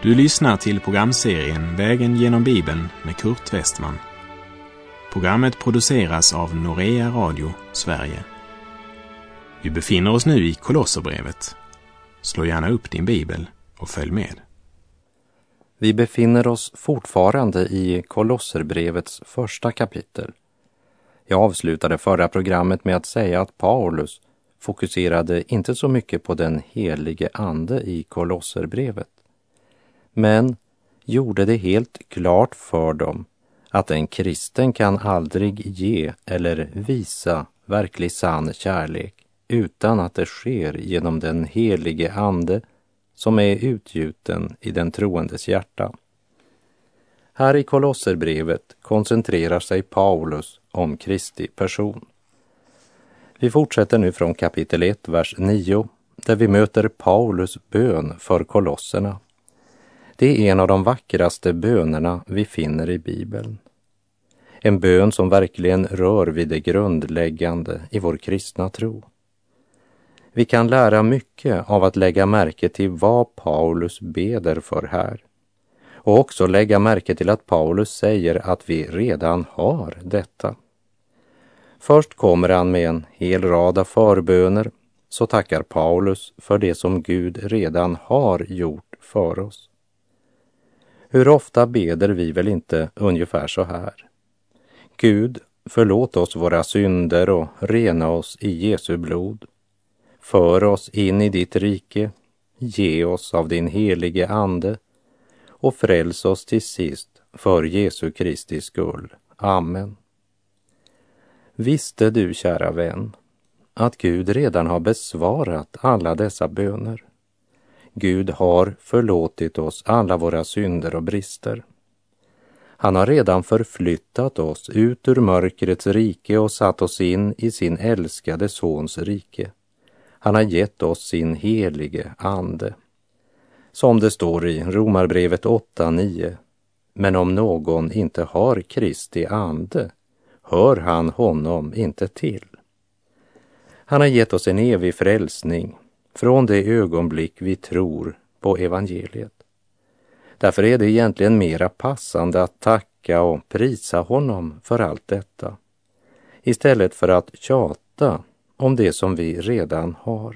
Du lyssnar till programserien Vägen genom Bibeln med Kurt Westman. Programmet produceras av Norea Radio, Sverige. Vi befinner oss nu i Kolosserbrevet. Slå gärna upp din bibel och följ med. Vi befinner oss fortfarande i Kolosserbrevets första kapitel. Jag avslutade förra programmet med att säga att Paulus fokuserade inte så mycket på den helige ande i Kolosserbrevet, men gjorde det helt klart för dem att en kristen kan aldrig ge eller visa verklig sann kärlek utan att det sker genom den helige ande som är utgjuten i den troendes hjärta. Här i Kolosserbrevet koncentrerar sig Paulus om Kristi person. Vi fortsätter nu från kapitel 1, vers 9, där vi möter Paulus bön för kolosserna. Det är en av de vackraste bönerna vi finner i Bibeln. En bön som verkligen rör vid det grundläggande i vår kristna tro. Vi kan lära mycket av att lägga märke till vad Paulus beder för här. Och också lägga märke till att Paulus säger att vi redan har detta. Först kommer han med en hel rad av förböner, så tackar Paulus för det som Gud redan har gjort för oss. Hur ofta beder vi väl inte ungefär så här? Gud, förlåt oss våra synder och rena oss i Jesu blod. För oss in i ditt rike, ge oss av din helige ande och fräls oss till sist för Jesu Kristi skull. Amen. Visste du, kära vän, att Gud redan har besvarat alla dessa böner? Gud har förlåtit oss alla våra synder och brister. Han har redan förflyttat oss ut ur mörkrets rike och satt oss in i sin älskade sons rike. Han har gett oss sin helige ande. Som det står i Romarbrevet 8:9. Men om någon inte har Kristi ande, hör han honom inte till. Han har gett oss en evig frälsning från det ögonblick vi tror på evangeliet. Därför är det egentligen mera passande att tacka och prisa honom för allt detta, istället för att tjata om det som vi redan har.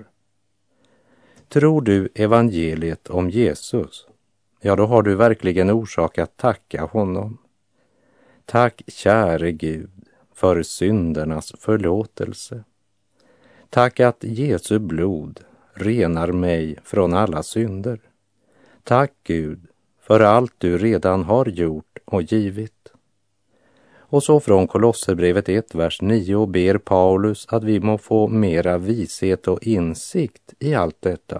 Tror du evangeliet om Jesus? Ja, då har du verkligen orsak att tacka honom. Tack, käre Gud, för syndernas förlåtelse. Tack att Jesu blod renar mig från alla synder. Tack Gud för allt du redan har gjort och givit. Och så från Kolosserbrevet 1, vers 9 ber Paulus att vi må få mera vishet och insikt i allt detta.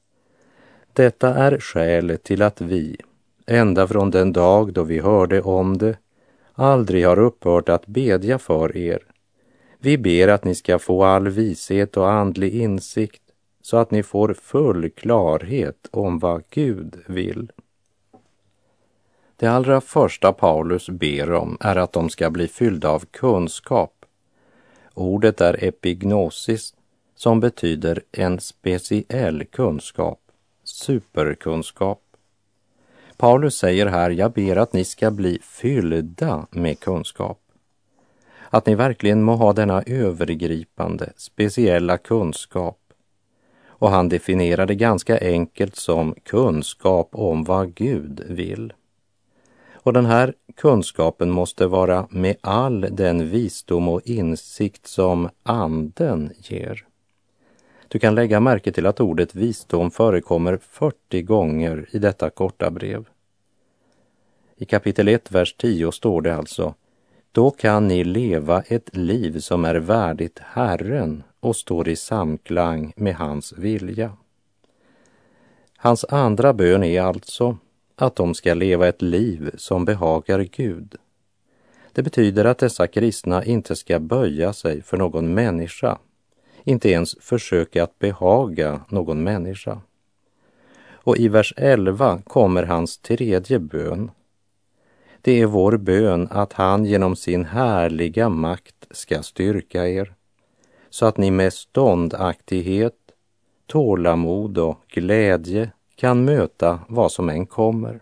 Detta är skälet till att vi, ända från den dag då vi hörde om det, aldrig har upphört att bedja för er. Vi ber att ni ska få all vishet och andlig insikt så att ni får full klarhet om vad Gud vill. Det allra första Paulus ber om är att de ska bli fyllda av kunskap. Ordet är epignosis, som betyder en speciell kunskap, superkunskap. Paulus säger här, jag ber att ni ska bli fyllda med kunskap. Att ni verkligen må ha denna övergripande, speciella kunskap. Och han definierar det ganska enkelt som kunskap om vad Gud vill. Och den här kunskapen måste vara med all den visdom och insikt som anden ger. Du kan lägga märke till att ordet visdom förekommer 40 gånger i detta korta brev. I kapitel 1, vers 10 står det alltså: då kan ni leva ett liv som är värdigt Herren och står i samklang med hans vilja. Hans andra bön är alltså att de ska leva ett liv som behagar Gud. Det betyder att dessa kristna inte ska böja sig för någon människa, inte ens försöka att behaga någon människa. Och i vers 11 kommer hans tredje bön. Det är vår bön att han genom sin härliga makt ska styrka er, så att ni med ståndaktighet, tålamod och glädje kan möta vad som än kommer.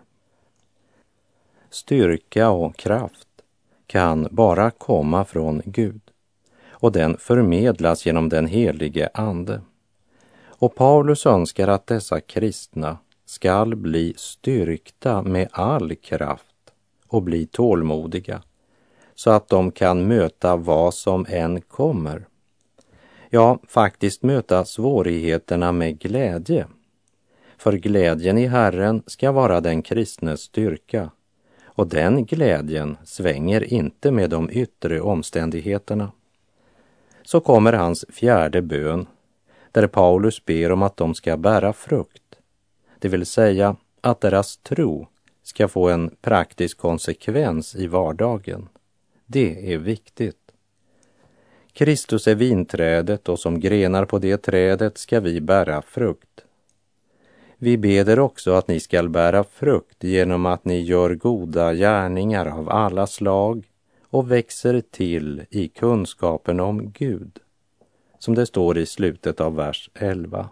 Styrka och kraft kan bara komma från Gud, och den förmedlas genom den helige Ande. Och Paulus önskar att dessa kristna skall bli styrkta med all kraft och bli tålmodiga, så att de kan möta vad som än kommer. Ja, faktiskt möta svårigheterna med glädje. För glädjen i Herren ska vara den kristnes styrka, och den glädjen svänger inte med de yttre omständigheterna. Så kommer hans fjärde bön, där Paulus ber om att de ska bära frukt, det vill säga att deras tro ska få en praktisk konsekvens i vardagen. Det är viktigt. Kristus är vinträdet, och som grenar på det trädet ska vi bära frukt. Vi beder också att ni skall bära frukt genom att ni gör goda gärningar av alla slag och växer till i kunskapen om Gud, som det står i slutet av vers 11.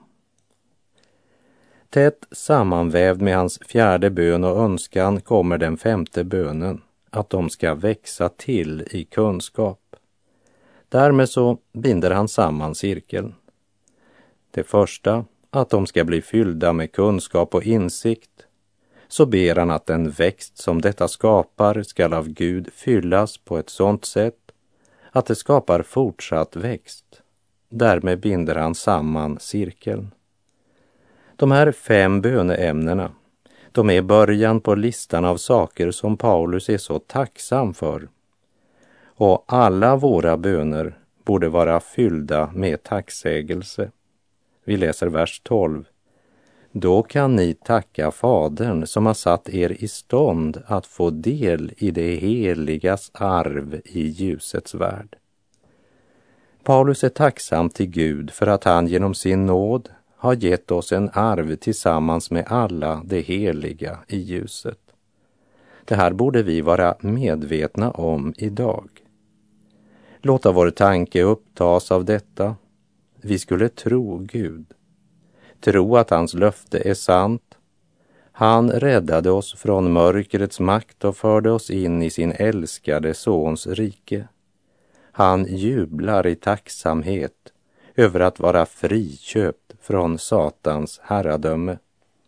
Tätt sammanvävd med hans fjärde bön och önskan kommer den femte bönen, att de ska växa till i kunskap. Därmed så binder han samman cirkeln. Det första, att de ska bli fyllda med kunskap och insikt. Så ber han att den växt som detta skapar skall av Gud fyllas på ett sådant sätt att det skapar fortsatt växt. Därmed binder han samman cirkeln. De här 5 böneämnena, de är början på listan av saker som Paulus är så tacksam för. Och alla våra böner borde vara fyllda med tacksägelse. Vi läser vers 12. Då kan ni tacka Fadern som har satt er i stånd att få del i det heligas arv i ljusets värld. Paulus är tacksam till Gud för att han genom sin nåd har gett oss en arv tillsammans med alla det heliga i ljuset. Det här borde vi vara medvetna om idag. Låta vår tanke upptas av detta. Vi skulle tro Gud. Tro att hans löfte är sant. Han räddade oss från mörkrets makt och förde oss in i sin älskade sons rike. Han jublar i tacksamhet över att vara friköpt från Satans herradöme.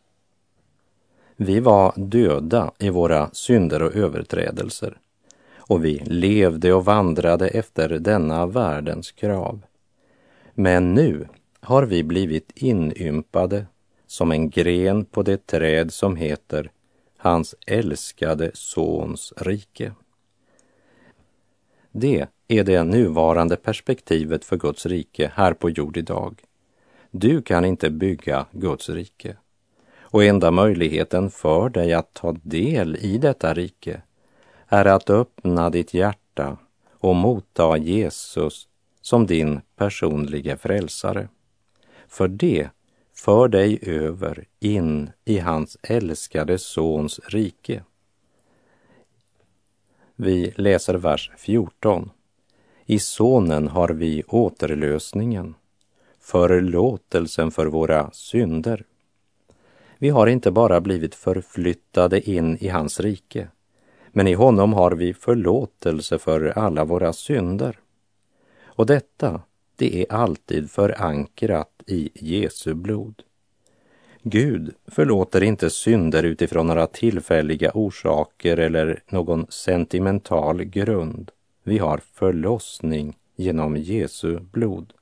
Vi var döda i våra synder och överträdelser, och vi levde och vandrade efter denna världens krav. Men nu har vi blivit inympade som en gren på det träd som heter hans älskade sons rike. Det är det nuvarande perspektivet för Guds rike här på jord idag. Du kan inte bygga Guds rike. Och enda möjligheten för dig att ta del i detta rike är att öppna ditt hjärta och motta Jesus som din personliga frälsare. För det för dig över in i hans älskade sons rike. Vi läser vers 14. I sonen har vi återlösningen, förlåtelsen för våra synder. Vi har inte bara blivit förflyttade in i hans rike, men i honom har vi förlåtelse för alla våra synder. Och detta, det är alltid förankrat i Jesu blod. Gud förlåter inte synder utifrån några tillfälliga orsaker eller någon sentimental grund. Vi har förlossning genom Jesu blod.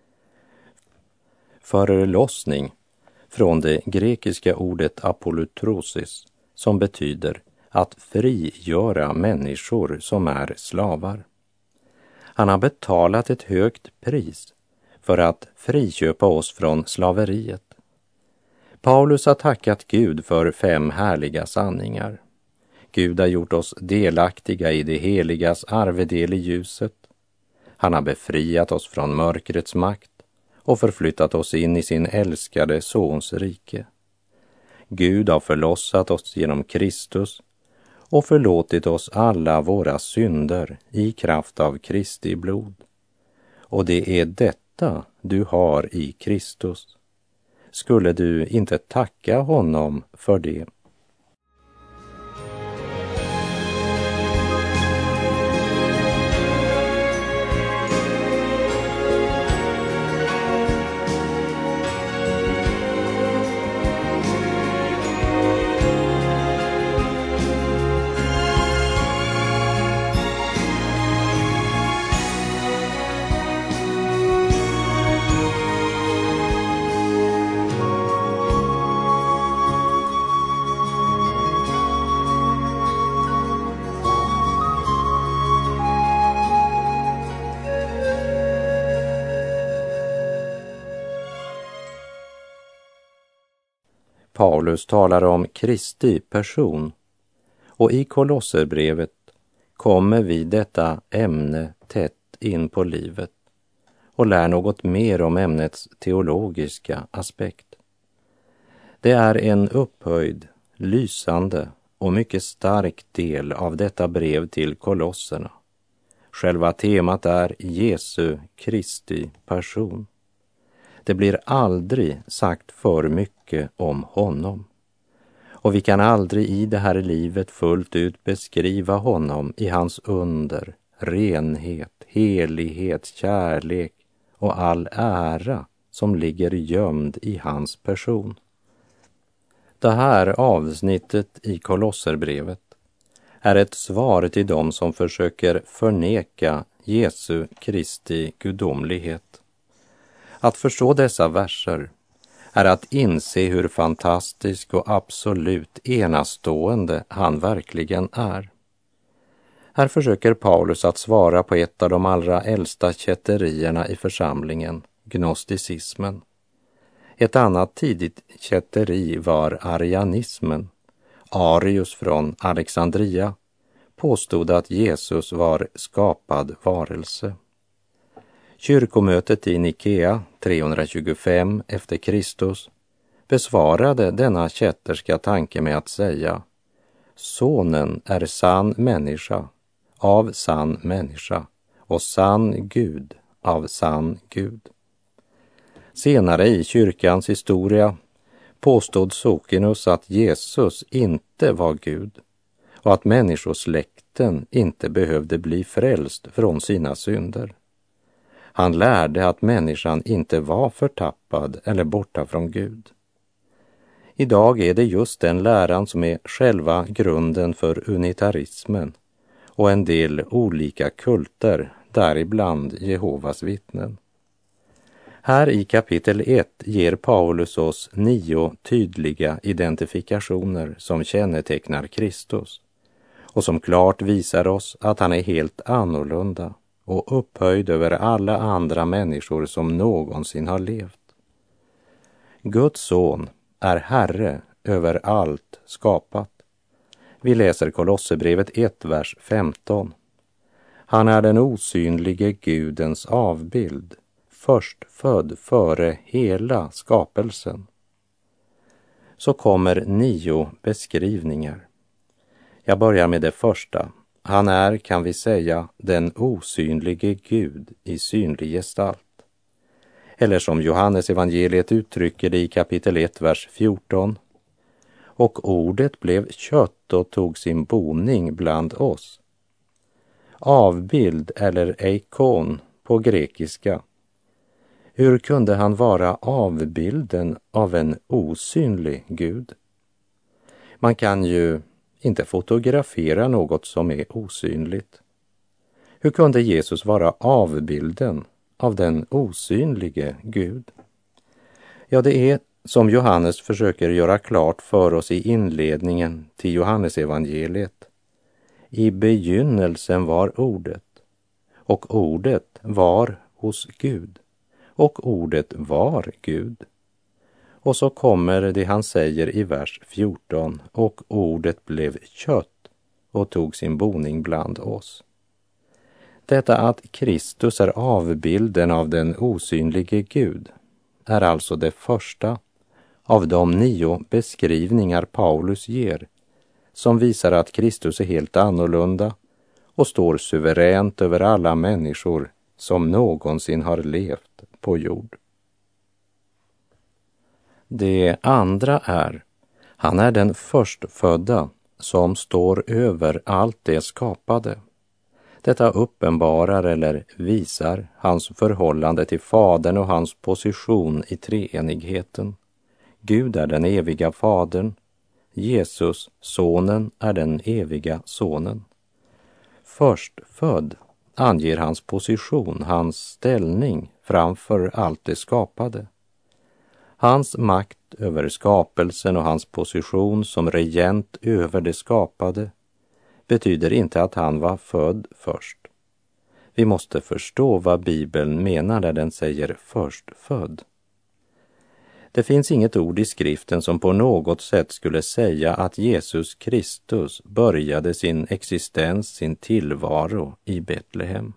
Förlossning, från det grekiska ordet apolutrosis, som betyder att frigöra människor som är slavar. Han har betalat ett högt pris för att friköpa oss från slaveriet. Paulus har tackat Gud för 5 härliga sanningar. Gud har gjort oss delaktiga i det heligas arvedel i ljuset. Han har befriat oss från mörkrets makt och förflyttat oss in i sin älskade sons rike. Gud har förlossat oss genom Kristus och förlåtit oss alla våra synder i kraft av Kristi blod. Och det är detta du har i Kristus. Skulle du inte tacka honom för det? Paulus talar om Kristi person, och i Kolosserbrevet kommer vi detta ämne tätt in på livet och lär något mer om ämnets teologiska aspekt. Det är en upphöjd, lysande och mycket stark del av detta brev till kolosserna. Själva temat är Jesu Kristi person. Det blir aldrig sagt för mycket om honom. Och vi kan aldrig i det här livet fullt ut beskriva honom i hans under, renhet, helighet, kärlek och all ära som ligger gömd i hans person. Det här avsnittet i Kolosserbrevet är ett svar till dem som försöker förneka Jesu Kristi gudomlighet. Att förstå dessa verser är att inse hur fantastisk och absolut enastående han verkligen är. Här försöker Paulus att svara på ett av de allra äldsta kätterierna i församlingen, gnosticismen. Ett annat tidigt kätteri var arianismen. Arius från Alexandria påstod att Jesus var skapad varelse. Kyrkomötet i Nikea 325 efter Kristus besvarade denna kätterska tanke med att säga: Sonen är sann människa av sann människa och sann Gud av sann Gud. Senare i kyrkans historia påstod Sokinus att Jesus inte var Gud och att människosläkten inte behövde bli frälst från sina synder. Han lärde att människan inte var förtappad eller borta från Gud. Idag är det just den läran som är själva grunden för unitarismen och en del olika kulter, däribland Jehovas vittnen. Här i kapitel 1 ger Paulus oss 9 tydliga identifikationer som kännetecknar Kristus och som klart visar oss att han är helt annorlunda och upphöjd över alla andra människor som någonsin har levt. Guds son är Herre över allt skapat. Vi läser Kolosserbrevet 1, vers 15. Han är den osynlige Gudens avbild, förstfödd före hela skapelsen. Så kommer 9 beskrivningar. Jag börjar med det första. Han är, kan vi säga, den osynlige Gud i synlig gestalt. Eller som Johannes evangeliet uttrycker det i kapitel 1, vers 14. Och ordet blev kött och tog sin boning bland oss. Avbild eller eikon på grekiska. Hur kunde han vara avbilden av en osynlig Gud? Man kan ju inte fotografera något som är osynligt. Hur kunde Jesus vara avbilden av den osynlige Gud? Ja, det är som Johannes försöker göra klart för oss i inledningen till Johannes evangeliet. I begynnelsen var ordet, och ordet var hos Gud, och ordet var Gud. Och så kommer det han säger i vers 14, och ordet blev kött och tog sin boning bland oss. Detta att Kristus är avbilden av den osynlige Gud är alltså det första av de 9 beskrivningar Paulus ger som visar att Kristus är helt annorlunda och står suveränt över alla människor som någonsin har levt på jord. Det andra är, han är den förstfödda som står över allt det skapade. Detta uppenbarar eller visar hans förhållande till Fadern och hans position i treenigheten. Gud är den eviga Fadern. Jesus, Sonen, är den eviga Sonen. Förstfödd anger hans position, hans ställning framför allt det skapade. Hans makt över skapelsen och hans position som regent över det skapade betyder inte att han var född först. Vi måste förstå vad Bibeln menar när den säger förstfödd. Det finns inget ord i skriften som på något sätt skulle säga att Jesus Kristus började sin existens, sin tillvaro i Betlehem.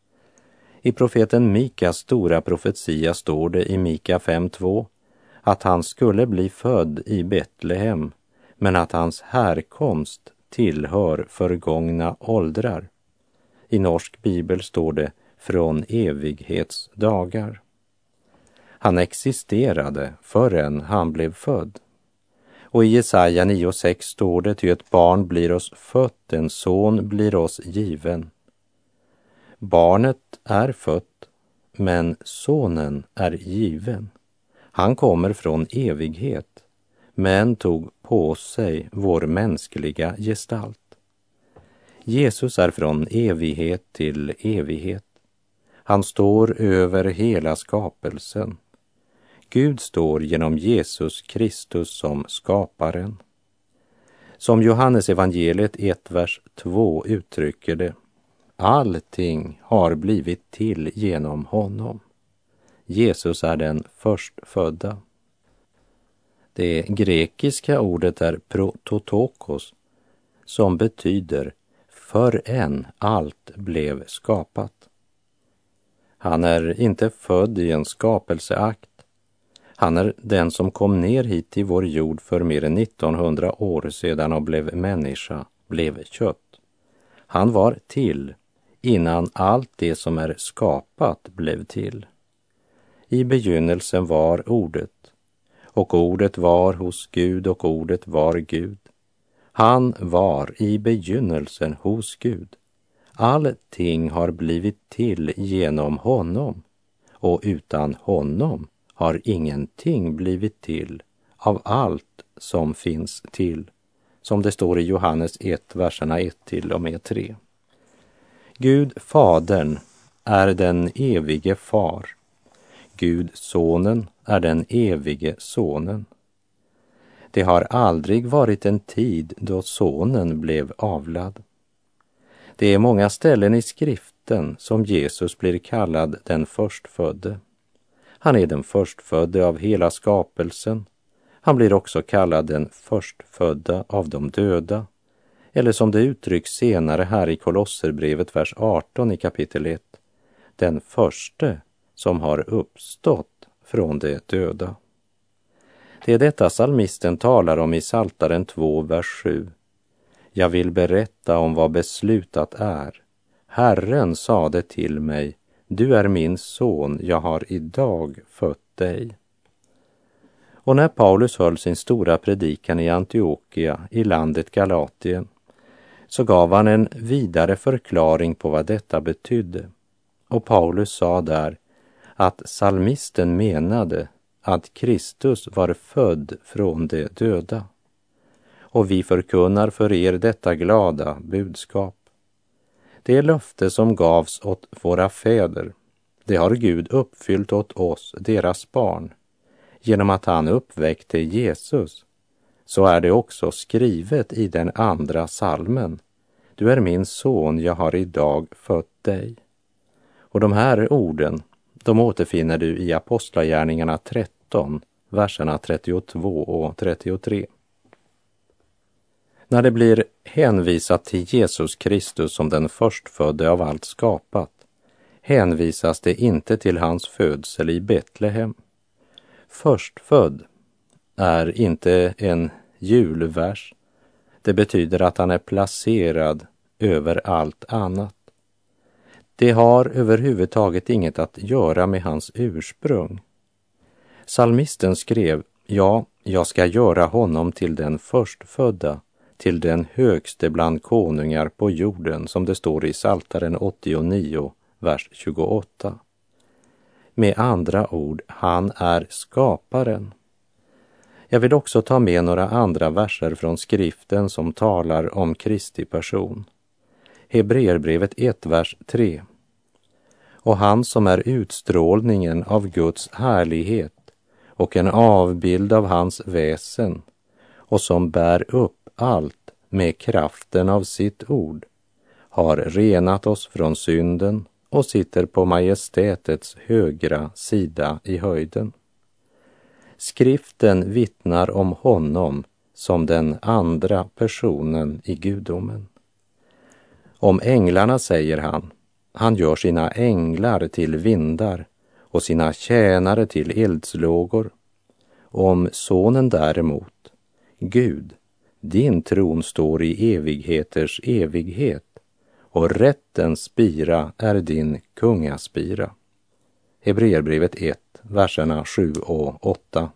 I profeten Mikas stora profetia står det i Mika 5:2 att han skulle bli född i Betlehem, men att hans härkomst tillhör förgångna åldrar. I norsk bibel står det från evighetsdagar. Han existerade förrän han blev född. Och i Jesaja 9:6 står det, ty ett barn blir oss fött, en son blir oss given. Barnet är fött, men sonen är given. Han kommer från evighet, men tog på sig vår mänskliga gestalt. Jesus är från evighet till evighet. Han står över hela skapelsen. Gud står genom Jesus Kristus som skaparen. Som Johannes evangeliet 1, vers 2 uttrycker det, allting har blivit till genom honom. Jesus är den förstfödda. Det grekiska ordet är prototokos, som betyder förrän allt blev skapat. Han är inte född i en skapelseakt. Han är den som kom ner hit till vår jord för mer än 1900 år sedan och blev människa, blev kött. Han var till innan allt det som är skapat blev till. I begynnelsen var ordet, och ordet var hos Gud och ordet var Gud. Han var i begynnelsen hos Gud. Allting har blivit till genom honom, och utan honom har ingenting blivit till av allt som finns till, som det står i Johannes 1, verserna 1-3. Gud Fadern är den evige far. Gud Sonen är den evige Sonen. Det har aldrig varit en tid då Sonen blev avlad. Det är många ställen i skriften som Jesus blir kallad den förstfödde. Han är den förstfödde av hela skapelsen. Han blir också kallad den förstfödda av de döda. Eller som det uttrycks senare här i Kolosserbrevet vers 18 i kapitel 1. Den förste som har uppstått från de döda. Det är detta psalmisten talar om i Psaltaren 2, vers 7. Jag vill berätta om vad beslutat är. Herren sade till mig, du är min son, jag har idag fött dig. Och när Paulus höll sin stora predikan i Antiochia i landet Galatien, så gav han en vidare förklaring på vad detta betydde. Och Paulus sa där att psalmisten menade att Kristus var född från de döda. Och vi förkunnar för er detta glada budskap. Det löfte som gavs åt våra fäder, det har Gud uppfyllt åt oss, deras barn. Genom att han uppväckte Jesus, så är det också skrivet i den andra psalmen. Du är min son, jag har idag fött dig. Och de här orden, de återfinner du i Apostlagärningarna 13, verserna 32 och 33. När det blir hänvisat till Jesus Kristus som den förstfödde av allt skapat, hänvisas det inte till hans födsel i Betlehem. Förstfödd är inte en julvers. Det betyder att han är placerad över allt annat. Det har överhuvudtaget inget att göra med hans ursprung. Psalmisten skrev, Ja, jag ska göra honom till den förstfödda, till den högste bland konungar på jorden, som det står i Psaltaren 89, vers 28. Med andra ord, han är skaparen. Jag vill också ta med några andra verser från skriften som talar om Kristi person. Hebreerbrevet 1, vers 3. Och han som är utstrålningen av Guds härlighet och en avbild av hans väsen och som bär upp allt med kraften av sitt ord, har renat oss från synden och sitter på majestätets högra sida i höjden. Skriften vittnar om honom som den andra personen i gudomen. Om änglarna säger han gör sina änglar till vindar och sina tjänare till eldslågor. Om sonen däremot, Gud, din tron står i evigheters evighet och rättens spira är din kungaspira. Hebreerbrevet 1, verserna 7 och 8.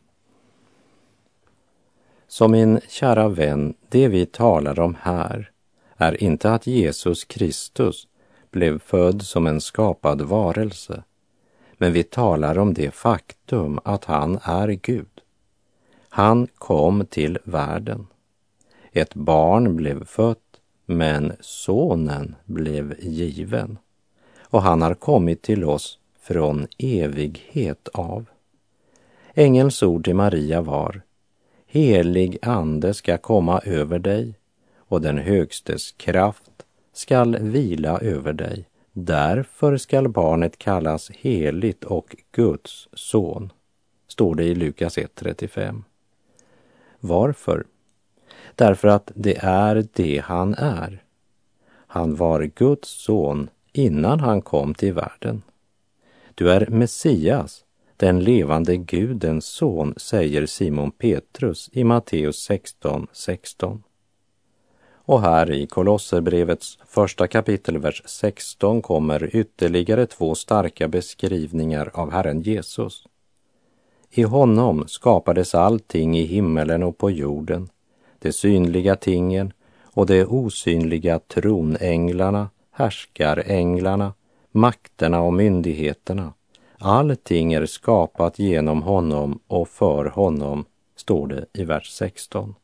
Så min kära vän, det vi talar om här är inte att Jesus Kristus blev född som en skapad varelse, men vi talar om det faktum att han är Gud. Han kom till världen. Ett barn blev fött, men sonen blev given. Och han har kommit till oss från evighet av. Ängelns ord till Maria var: helig ande ska komma över dig och den högstes kraft skall vila över dig. Därför skall barnet kallas heligt och Guds son, står det i Lukas 1:35. Varför? Därför att det är det han är. Han var Guds son innan han kom till världen. Du är Messias, den levande Gudens son, säger Simon Petrus i Matteus 16:16. Och här i Kolosserbrevets första kapitel, vers 16, kommer ytterligare 2 starka beskrivningar av Herren Jesus. I honom skapades allting i himmelen och på jorden, de synliga tingen och de osynliga tronänglarna, härskaränglarna, makterna och myndigheterna. Allting är skapat genom honom och för honom, står det i vers 16.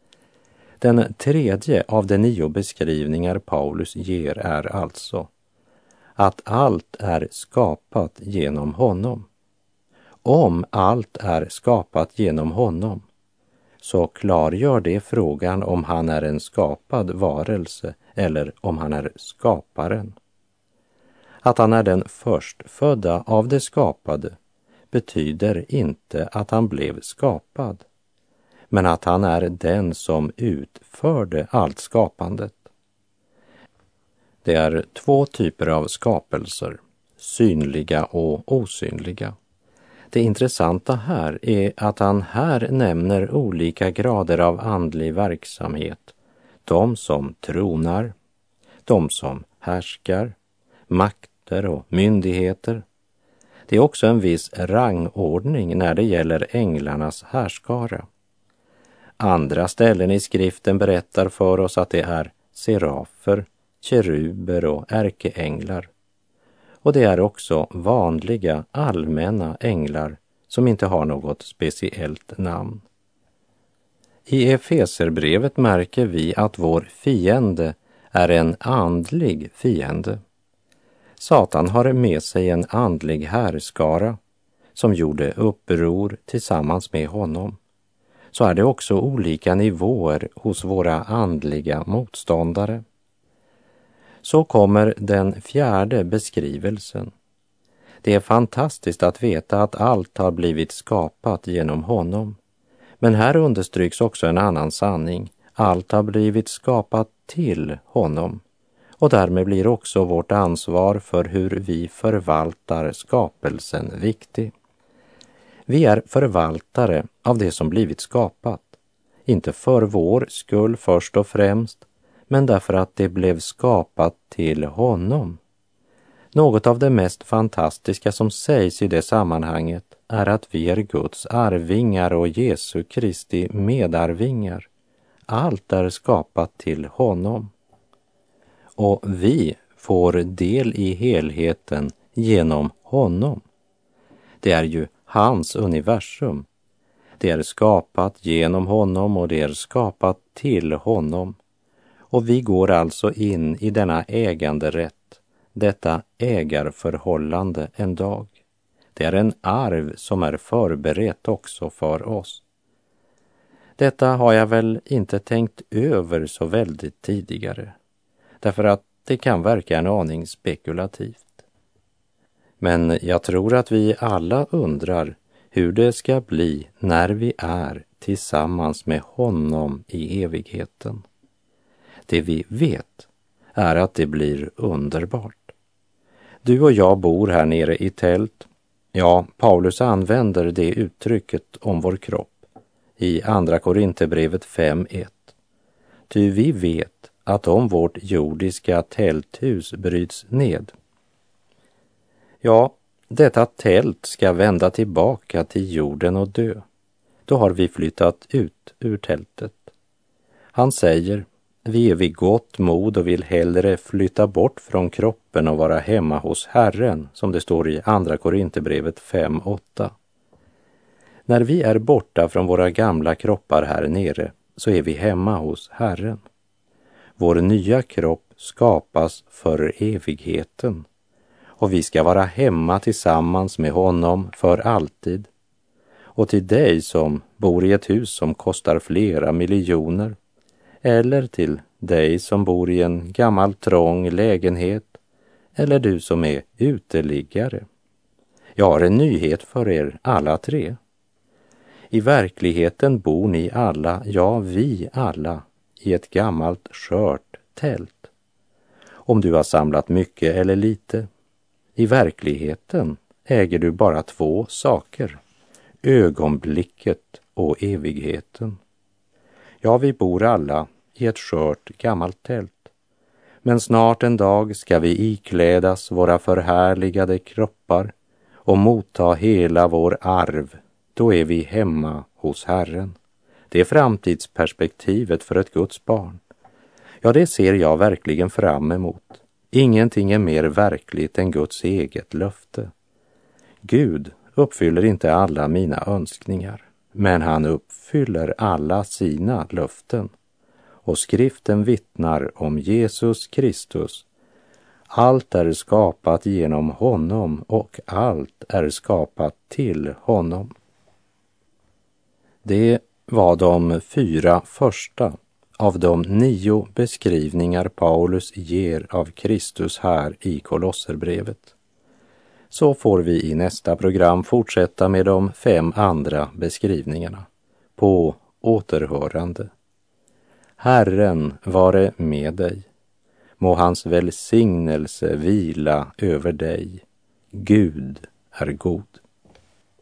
Den tredje av de 9 beskrivningar Paulus ger är alltså att allt är skapat genom honom. Om allt är skapat genom honom, så klargör det frågan om han är en skapad varelse eller om han är skaparen. Att han är den förstfödda av det skapade betyder inte att han blev skapad, men att han är den som utförde allt skapandet. Det är 2 typer av skapelser, synliga och osynliga. Det intressanta här är att han här nämner olika grader av andlig verksamhet. De som tronar, de som härskar, makter och myndigheter. Det är också en viss rangordning när det gäller änglarnas härskara. Andra ställen i skriften berättar för oss att det är serafer, keruber och ärkeänglar. Och det är också vanliga allmänna änglar som inte har något speciellt namn. I Efeserbrevet märker vi att vår fiende är en andlig fiende. Satan har med sig en andlig härskara som gjorde uppror tillsammans med honom. Så är det också olika nivåer hos våra andliga motståndare. Så kommer den 4:e beskrivelsen. Det är fantastiskt att veta att allt har blivit skapat genom honom. Men här understryks också en annan sanning. Allt har blivit skapat till honom. Och därmed blir också vårt ansvar för hur vi förvaltar skapelsen viktig. Vi är förvaltare av det som blivit skapat. Inte för vår skull först och främst, men därför att det blev skapat till honom. Något av det mest fantastiska som sägs i det sammanhanget är att vi är Guds arvingar och Jesu Kristi medarvingar. Allt är skapat till honom. Och vi får del i helheten genom honom. Det är ju hans universum. Det är skapat genom honom och det är skapat till honom. Och vi går alltså in i denna äganderätt, detta ägarförhållande en dag. Det är en arv som är förberett också för oss. Detta har jag väl inte tänkt över så väldigt tidigare, därför att det kan verka en aning spekulativt. Men jag tror att vi alla undrar hur det ska bli när vi är tillsammans med honom i evigheten. Det vi vet är att det blir underbart. Du och jag bor här nere i tält. Ja, Paulus använder det uttrycket om vår kropp i Andra Korinthierbrevet 5:1. Ty vi vet att om vårt jordiska tälthus bryts ned, ja, detta tält ska vända tillbaka till jorden och dö. Då har vi flyttat ut ur tältet. Han säger, vi är vid gott mod och vill hellre flytta bort från kroppen och vara hemma hos Herren, som det står i Andra Korinthierbrevet 5:8. När vi är borta från våra gamla kroppar här nere så är vi hemma hos Herren. Vår nya kropp skapas för evigheten och vi ska vara hemma tillsammans med honom för alltid. Och till dig som bor i ett hus som kostar flera miljoner, eller till dig som bor i en gammal trång lägenhet, eller du som är uteliggare. Jag har en nyhet för er alla tre. I verkligheten bor ni alla, ja vi alla, i ett gammalt skört tält. Om du har samlat mycket eller lite, i verkligheten äger du bara två saker, ögonblicket och evigheten. Ja, vi bor alla i ett skört gammalt tält. Men snart en dag ska vi iklädas våra förhärligade kroppar och motta hela vår arv. Då är vi hemma hos Herren. Det är framtidsperspektivet för ett Guds barn. Ja, det ser jag verkligen fram emot. Ingenting är mer verkligt än Guds eget löfte. Gud uppfyller inte alla mina önskningar, men han uppfyller alla sina löften. Och skriften vittnar om Jesus Kristus. Allt är skapat genom honom och allt är skapat till honom. Det var de 4 första av de 9 beskrivningar Paulus ger av Kristus här i Kolosserbrevet. Så får vi i nästa program fortsätta med de 5 andra beskrivningarna. På återhörande. Herren vare med dig. Må hans välsignelse vila över dig. Gud är god.